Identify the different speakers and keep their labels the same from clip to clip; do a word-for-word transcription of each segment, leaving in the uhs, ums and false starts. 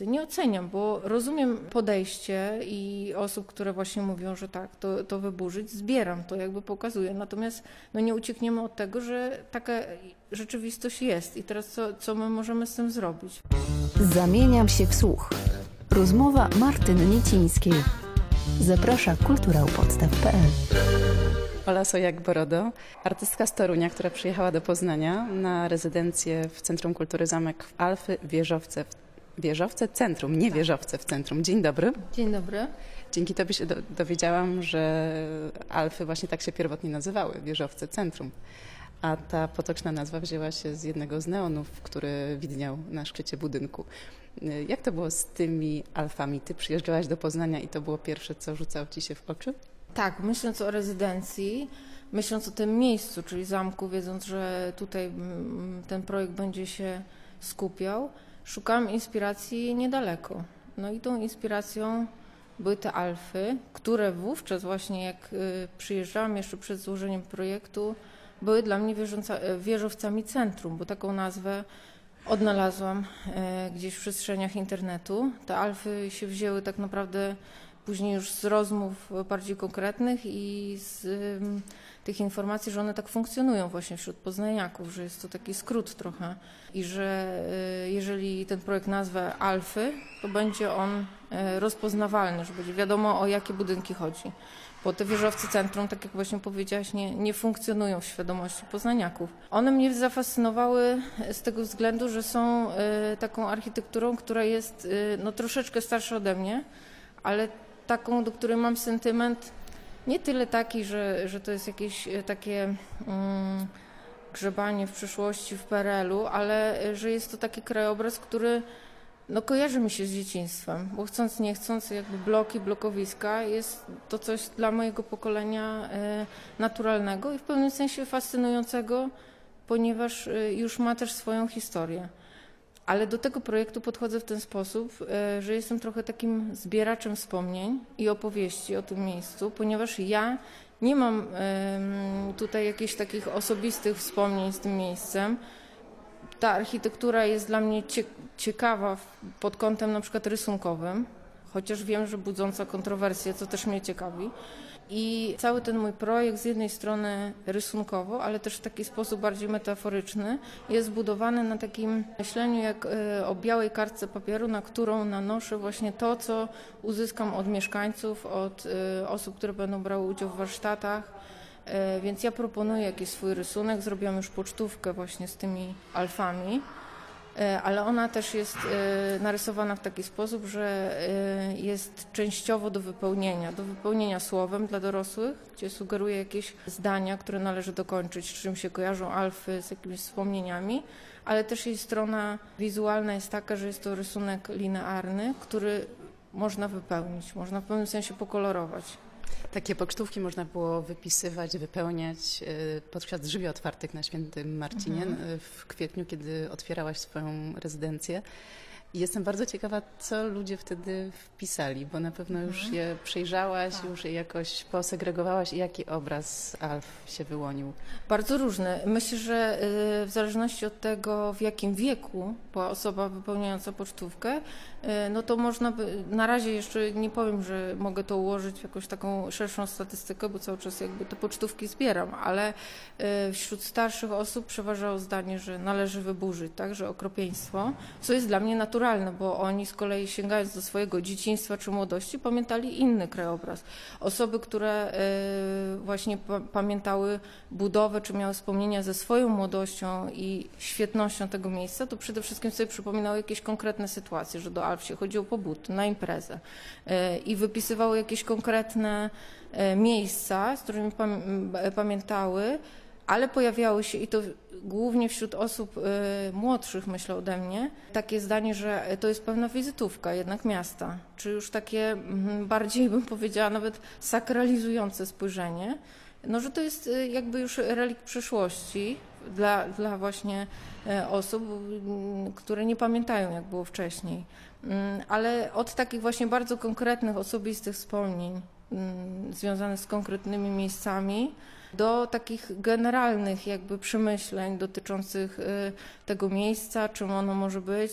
Speaker 1: Nie oceniam, bo rozumiem podejście i osób, które właśnie mówią, że tak, to, to wyburzyć, zbieram to, jakby pokazuję. Natomiast no nie uciekniemy od tego, że taka rzeczywistość jest i teraz co, co my możemy z tym zrobić?
Speaker 2: Zamieniam się w słuch. Rozmowa Martyny Niecińskiej. Zaprasza kulturał podstaw kropka pe el.
Speaker 3: Ola Sojak-Borodo, artystka z Torunia, która przyjechała do Poznania na rezydencję w Centrum Kultury Zamek Alfy Wieżowce. Wieżowce Centrum, nie Wieżowce w Centrum. Dzień dobry.
Speaker 1: Dzień dobry.
Speaker 3: Dzięki Tobie się do, dowiedziałam, że Alfy właśnie tak się pierwotnie nazywały, Wieżowce Centrum. A ta potoczna nazwa wzięła się z jednego z neonów, który widniał na szczycie budynku. Jak to było z tymi Alfami? Ty przyjeżdżałaś do Poznania i to było pierwsze, co rzucało Ci się w oczy?
Speaker 1: Tak, myśląc o rezydencji, myśląc o tym miejscu, czyli zamku, wiedząc, że tutaj ten projekt będzie się skupiał, szukałam inspiracji niedaleko. No i tą inspiracją były te Alfy, które wówczas właśnie jak przyjeżdżałam jeszcze przed złożeniem projektu, były dla mnie wieżąca, wieżowcami centrum, bo taką nazwę odnalazłam gdzieś w przestrzeniach internetu. Te Alfy się wzięły tak naprawdę później już z rozmów bardziej konkretnych i z um, tych informacji, że one tak funkcjonują właśnie wśród poznaniaków, że jest to taki skrót trochę i że y, jeżeli ten projekt nazwę Alfy, to będzie on y, rozpoznawalny, że będzie wiadomo, o jakie budynki chodzi. Bo te wieżowce centrum, tak jak właśnie powiedziałaś, nie, nie funkcjonują w świadomości poznaniaków. One mnie zafascynowały z tego względu, że są y, taką architekturą, która jest y, no, troszeczkę starsza ode mnie, ale taką, do której mam sentyment nie tyle taki, że, że to jest jakieś takie um, grzebanie w przyszłości w P R L u, ale że jest to taki krajobraz, który no, kojarzy mi się z dzieciństwem, bo chcąc nie chcąc, jakby bloki, blokowiska jest to coś dla mojego pokolenia e, naturalnego i w pewnym sensie fascynującego, ponieważ e, już ma też swoją historię. Ale do tego projektu podchodzę w ten sposób, że jestem trochę takim zbieraczem wspomnień i opowieści o tym miejscu, ponieważ ja nie mam tutaj jakichś takich osobistych wspomnień z tym miejscem. Ta architektura jest dla mnie ciekawa pod kątem na przykład rysunkowym, chociaż wiem, że budząca kontrowersję, co też mnie ciekawi. I cały ten mój projekt z jednej strony rysunkowo, ale też w taki sposób bardziej metaforyczny jest zbudowany na takim myśleniu jak o białej kartce papieru, na którą nanoszę właśnie to, co uzyskam od mieszkańców, od osób, które będą brały udział w warsztatach. Więc ja proponuję jakiś swój rysunek, zrobiłam już pocztówkę właśnie z tymi alfami. Ale ona też jest narysowana w taki sposób, że jest częściowo do wypełnienia, do wypełnienia słowem dla dorosłych, gdzie sugeruje jakieś zdania, które należy dokończyć, z czym się kojarzą Alfy, z jakimiś wspomnieniami, ale też jej strona wizualna jest taka, że jest to rysunek linearny, który można wypełnić, można w pewnym sensie pokolorować.
Speaker 3: Takie pocztówki można było wypisywać, wypełniać podczas drzwi otwartych na Świętym Marcinie mhm. w kwietniu, kiedy otwierałaś swoją rezydencję. I jestem bardzo ciekawa, co ludzie wtedy wpisali, bo na pewno już mhm. je przejrzałaś, tak. już je jakoś posegregowałaś i jaki obraz Alf się wyłonił?
Speaker 1: Bardzo różny. Myślę, że w zależności od tego, w jakim wieku była osoba wypełniająca pocztówkę, no to można by, na razie jeszcze nie powiem, że mogę to ułożyć w jakąś taką szerszą statystykę, bo cały czas jakby te pocztówki zbieram, ale wśród starszych osób przeważało zdanie, że należy wyburzyć, tak, że okropieństwo, co jest dla mnie naturalne, bo oni z kolei sięgając do swojego dzieciństwa czy młodości pamiętali inny krajobraz. Osoby, które właśnie pamiętały budowę, czy miały wspomnienia ze swoją młodością i świetnością tego miejsca, to przede wszystkim sobie przypominały jakieś konkretne sytuacje, że do Alf się chodziło po buty, na imprezę i wypisywały jakieś konkretne miejsca, z którymi pamiętały, ale pojawiały się, i to głównie wśród osób y, młodszych, myślę ode mnie, takie zdanie, że to jest pewna wizytówka jednak miasta, czy już takie mm, bardziej, bym powiedziała, nawet sakralizujące spojrzenie, no, że to jest y, jakby już relikt przeszłości dla, dla właśnie y, osób, y, które nie pamiętają, jak było wcześniej. Y, ale od takich właśnie bardzo konkretnych, osobistych wspomnień y, związanych z konkretnymi miejscami, do takich generalnych jakby przemyśleń dotyczących tego miejsca, czym ono może być,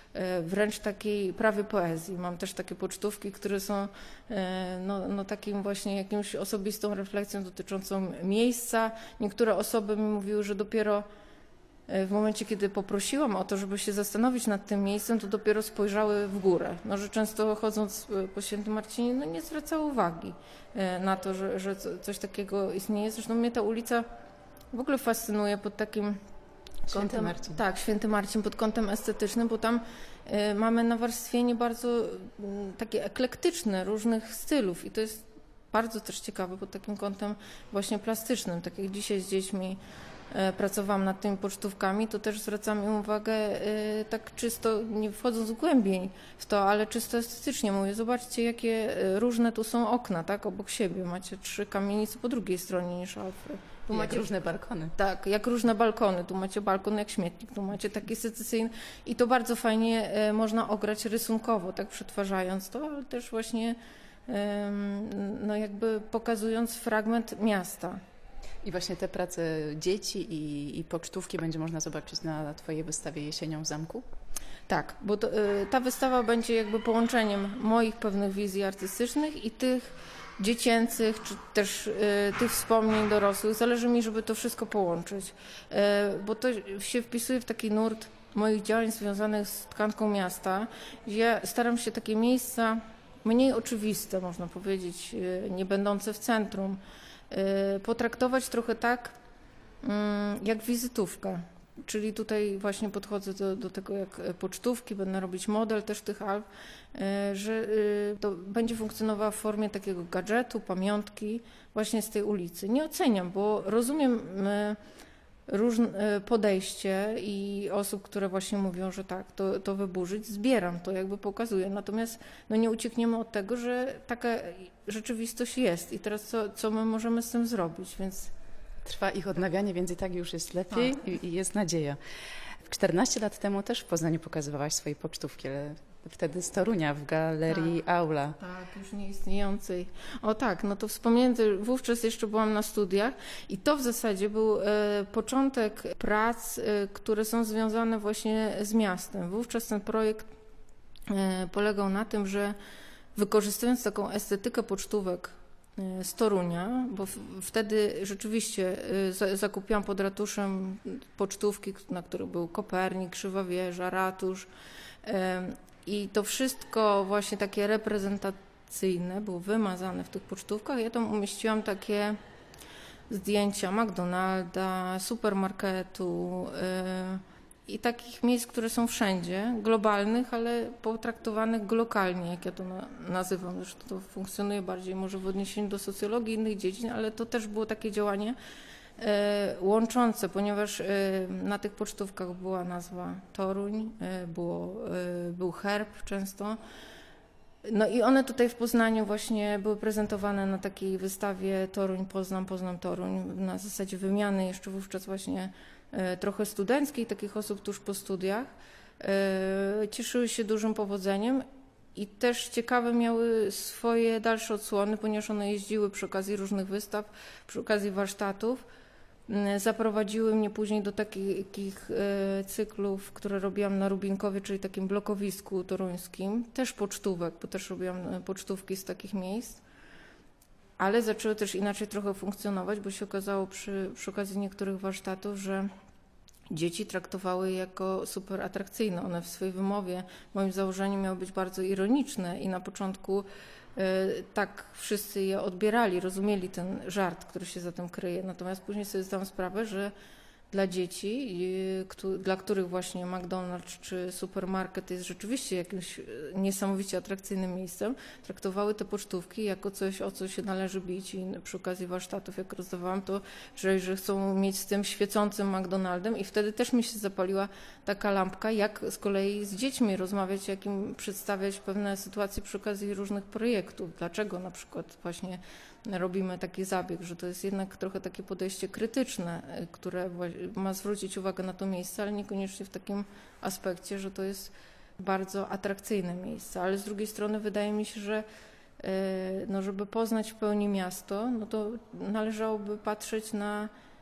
Speaker 1: wręcz takiej prawie poezji. Mam też takie pocztówki, które są no, no takim właśnie jakimś osobistą refleksją dotyczącą miejsca. Niektóre osoby mi mówiły, że dopiero w momencie, kiedy poprosiłam o to, żeby się zastanowić nad tym miejscem, to dopiero spojrzały w górę. No, że często chodząc po Świętym Marcinie, no nie zwracały uwagi na to, że, że coś takiego istnieje. Zresztą mnie ta ulica w ogóle fascynuje pod takim
Speaker 3: Święty
Speaker 1: kątem,
Speaker 3: Marcin.
Speaker 1: Tak, Święty Marcin pod kątem estetycznym, bo tam y, mamy nawarstwienie bardzo y, takie eklektyczne różnych stylów i to jest bardzo też ciekawe pod takim kątem właśnie plastycznym. Tak jak dzisiaj z dziećmi y, pracowałam nad tymi pocztówkami, to też zwracam im uwagę y, tak czysto, nie wchodząc głębiej w to, ale czysto estetycznie. Mówię, zobaczcie, jakie różne tu są okna, tak, obok siebie. Macie trzy kamienice po drugiej stronie niż szafy.
Speaker 3: Tu jak macie różne balkony.
Speaker 1: Tak, jak różne balkony. Tu macie balkon jak śmietnik, tu macie taki secesyjny i to bardzo fajnie e, można ograć rysunkowo, tak przetwarzając to, ale też właśnie e, no jakby pokazując fragment miasta.
Speaker 3: I właśnie te prace dzieci i, i pocztówki będzie można zobaczyć na Twojej wystawie Jesienią w Zamku?
Speaker 1: Tak, bo to, e, ta wystawa będzie jakby połączeniem moich pewnych wizji artystycznych i tych dziecięcych, czy też y, tych wspomnień dorosłych. Zależy mi, żeby to wszystko połączyć, y, bo to się wpisuje w taki nurt moich działań związanych z tkanką miasta. Ja staram się takie miejsca mniej oczywiste, można powiedzieć, y, nie będące w centrum, y, potraktować trochę tak, y, jak wizytówkę. Czyli tutaj właśnie podchodzę do, do tego jak pocztówki, będę robić model też tych alb, że to będzie funkcjonowało w formie takiego gadżetu, pamiątki właśnie z tej ulicy. Nie oceniam, bo rozumiem różne podejście i osób, które właśnie mówią, że tak, to, to wyburzyć, zbieram to, jakby pokazuję. Natomiast no nie uciekniemy od tego, że taka rzeczywistość jest i teraz co, co my możemy z tym zrobić, więc...
Speaker 3: Trwa ich odnawianie, więc i tak już jest lepiej i, i jest nadzieja. czternaście lat temu też w Poznaniu pokazywałaś swoje pocztówki, ale wtedy z Torunia w Galerii
Speaker 1: tak,
Speaker 3: Aula.
Speaker 1: Tak, już nieistniejącej. O tak, no to wspomniałem, wówczas jeszcze byłam na studiach i to w zasadzie był e, początek prac, e, które są związane właśnie z miastem. Wówczas ten projekt e, polegał na tym, że wykorzystując taką estetykę pocztówek z Torunia, bo w, wtedy rzeczywiście y, zakupiłam pod ratuszem pocztówki, na których był Kopernik, Krzywa Wieża, ratusz y, i to wszystko właśnie takie reprezentacyjne było wymazane w tych pocztówkach. Ja tam umieściłam takie zdjęcia McDonalda, supermarketu y, i takich miejsc, które są wszędzie, globalnych, ale potraktowanych lokalnie, jak ja to na, nazywam. Zresztą to funkcjonuje bardziej może w odniesieniu do socjologii innych dziedzin, ale to też było takie działanie e, łączące, ponieważ e, na tych pocztówkach była nazwa Toruń, e, było, e, był herb często. No i one tutaj w Poznaniu właśnie były prezentowane na takiej wystawie Toruń, Poznań, Poznań, Toruń, na zasadzie wymiany jeszcze wówczas właśnie trochę studenckiej, takich osób tuż po studiach. Cieszyły się dużym powodzeniem i też ciekawe miały swoje dalsze odsłony, ponieważ one jeździły przy okazji różnych wystaw, przy okazji warsztatów. Zaprowadziły mnie później do takich cyklów, które robiłam na Rubinkowie, czyli takim blokowisku toruńskim, też pocztówek, bo też robiłam pocztówki z takich miejsc. Ale zaczęły też inaczej trochę funkcjonować, bo się okazało przy, przy okazji niektórych warsztatów, że dzieci traktowały je jako super atrakcyjne. One w swojej wymowie, moim założeniem, miały być bardzo ironiczne i na początku y, tak wszyscy je odbierali, rozumieli ten żart, który się za tym kryje. Natomiast później sobie zdałam sprawę, że dla dzieci, dla których właśnie McDonald's czy supermarket jest rzeczywiście jakimś niesamowicie atrakcyjnym miejscem, traktowały te pocztówki jako coś, o co się należy bić i przy okazji warsztatów, jak rozdawałam to, że, że chcą mieć z tym świecącym McDonaldem i wtedy też mi się zapaliła taka lampka, jak z kolei z dziećmi rozmawiać, jak im przedstawiać pewne sytuacje przy okazji różnych projektów. Dlaczego na przykład właśnie robimy taki zabieg, że to jest jednak trochę takie podejście krytyczne, które ma zwrócić uwagę na to miejsce, ale niekoniecznie w takim aspekcie, że to jest bardzo atrakcyjne miejsce. Ale z drugiej strony wydaje mi się, że no, żeby poznać w pełni miasto, no to należałoby patrzeć na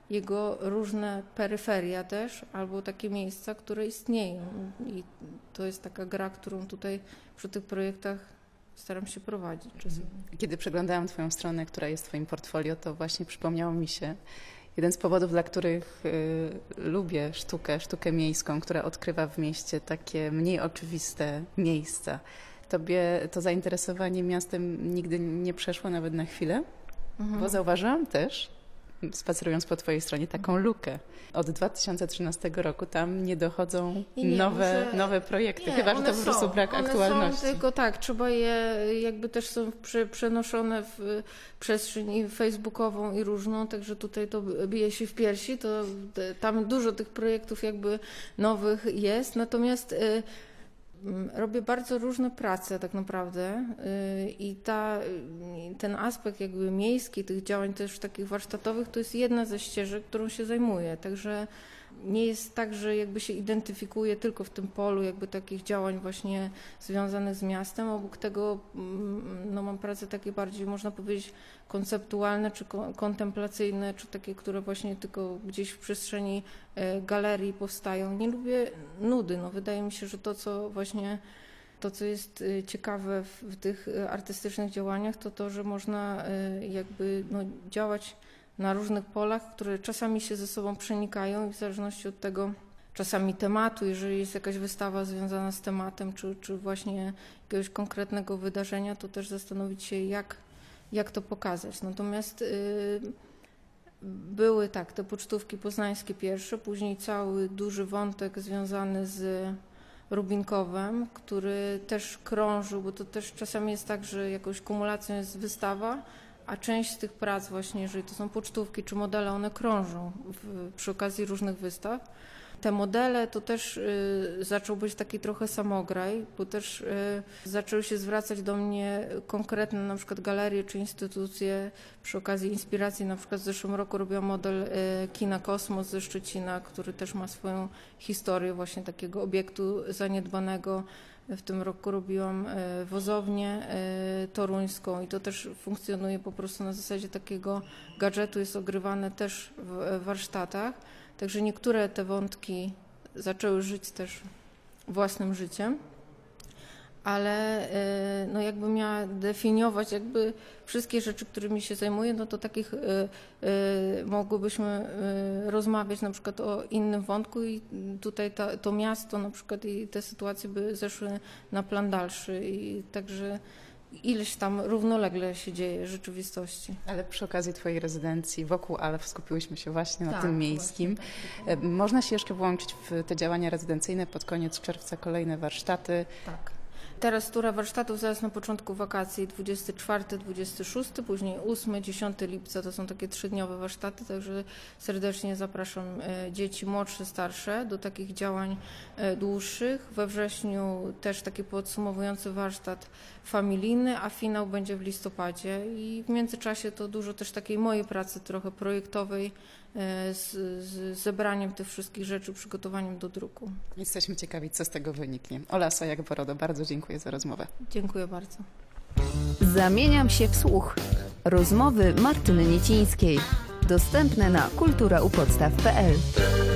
Speaker 1: jego różne peryferia też, albo takie miejsca, które istnieją. I to jest taka gra, którą tutaj przy tych projektach staram się prowadzić czasami.
Speaker 3: Kiedy przeglądałam Twoją stronę, która jest w Twoim portfolio, to właśnie przypomniało mi się jeden z powodów, dla których y, lubię sztukę, sztukę miejską, która odkrywa w mieście takie mniej oczywiste miejsca. Tobie to zainteresowanie miastem nigdy nie przeszło nawet na chwilę, mhm. bo zauważyłam też, spacerując po Twojej stronie, taką lukę. Od dwa tysiące trzynastego roku tam nie dochodzą nie, nowe, może, nowe projekty, nie, chyba że to po prostu są, brak
Speaker 1: one
Speaker 3: aktualności.
Speaker 1: Są, tylko tak, trzeba je, jakby też są prze, przenoszone w przestrzeń i facebookową i różną, także tutaj to bije się w piersi, to tam dużo tych projektów jakby nowych jest, natomiast y, robię bardzo różne prace tak naprawdę i ta, ten aspekt jakby miejski tych działań też takich warsztatowych to jest jedna ze ścieżek, którą się zajmuję, także nie jest tak, że jakby się identyfikuję tylko w tym polu jakby takich działań właśnie związanych z miastem, obok tego no, mam prace takie bardziej można powiedzieć konceptualne czy kontemplacyjne, czy takie, które właśnie tylko gdzieś w przestrzeni galerii powstają. Nie lubię nudy, no wydaje mi się, że to co właśnie to, co jest ciekawe w, w tych artystycznych działaniach, to to, że można jakby no, działać na różnych polach, które czasami się ze sobą przenikają i w zależności od tego czasami tematu, jeżeli jest jakaś wystawa związana z tematem, czy, czy właśnie jakiegoś konkretnego wydarzenia, to też zastanowić się, jak, jak to pokazać. Natomiast y, były tak, te pocztówki poznańskie pierwsze, później cały duży wątek związany z Rubinkowem, który też krążył, bo to też czasami jest tak, że jakąś kumulacją jest wystawa, a część z tych prac właśnie, jeżeli to są pocztówki czy modele, one krążą w, przy okazji różnych wystaw. Te modele to też y, zaczął być taki trochę samograj, bo też y, zaczęły się zwracać do mnie konkretne na przykład galerie czy instytucje przy okazji inspiracji. Na przykład w zeszłym roku robiłam model y, kina Kosmos ze Szczecina, który też ma swoją historię właśnie takiego obiektu zaniedbanego. W tym roku robiłam wozownię toruńską i to też funkcjonuje po prostu na zasadzie takiego gadżetu, jest ogrywane też w warsztatach. Także niektóre te wątki zaczęły żyć też własnym życiem, ale no jakbym miała definiować jakby wszystkie rzeczy, którymi się zajmuję, no to takich y, y, mogłybyśmy y, rozmawiać na przykład o innym wątku i tutaj ta, to miasto na przykład i te sytuacje by zeszły na plan dalszy i także ileś tam równolegle się dzieje w rzeczywistości.
Speaker 3: Ale przy okazji Twojej rezydencji wokół Alf skupiłyśmy się właśnie na
Speaker 1: tak,
Speaker 3: tym miejskim.
Speaker 1: Właśnie, tak.
Speaker 3: Można się jeszcze włączyć w te działania rezydencyjne, pod koniec czerwca kolejne warsztaty.
Speaker 1: Tak. Teraz tura warsztatów zaraz na początku wakacji, dwudziestego czwartego dwudziestego szóstego, później ósmego dziesiątego lipca, to są takie trzydniowe warsztaty, także serdecznie zapraszam dzieci młodsze, starsze do takich działań dłuższych. We wrześniu też taki podsumowujący warsztat familijny, a finał będzie w listopadzie i w międzyczasie to dużo też takiej mojej pracy trochę projektowej z, z zebraniem tych wszystkich rzeczy, przygotowaniem do druku.
Speaker 3: Jesteśmy ciekawi, co z tego wyniknie. Ola Sojak-Borodo, bardzo dziękuję za rozmowę.
Speaker 1: Dziękuję bardzo.
Speaker 2: Zamieniam się w słuch. Rozmowy Martyny Niecińskiej. Dostępne na kultura u podstaw kropka p l.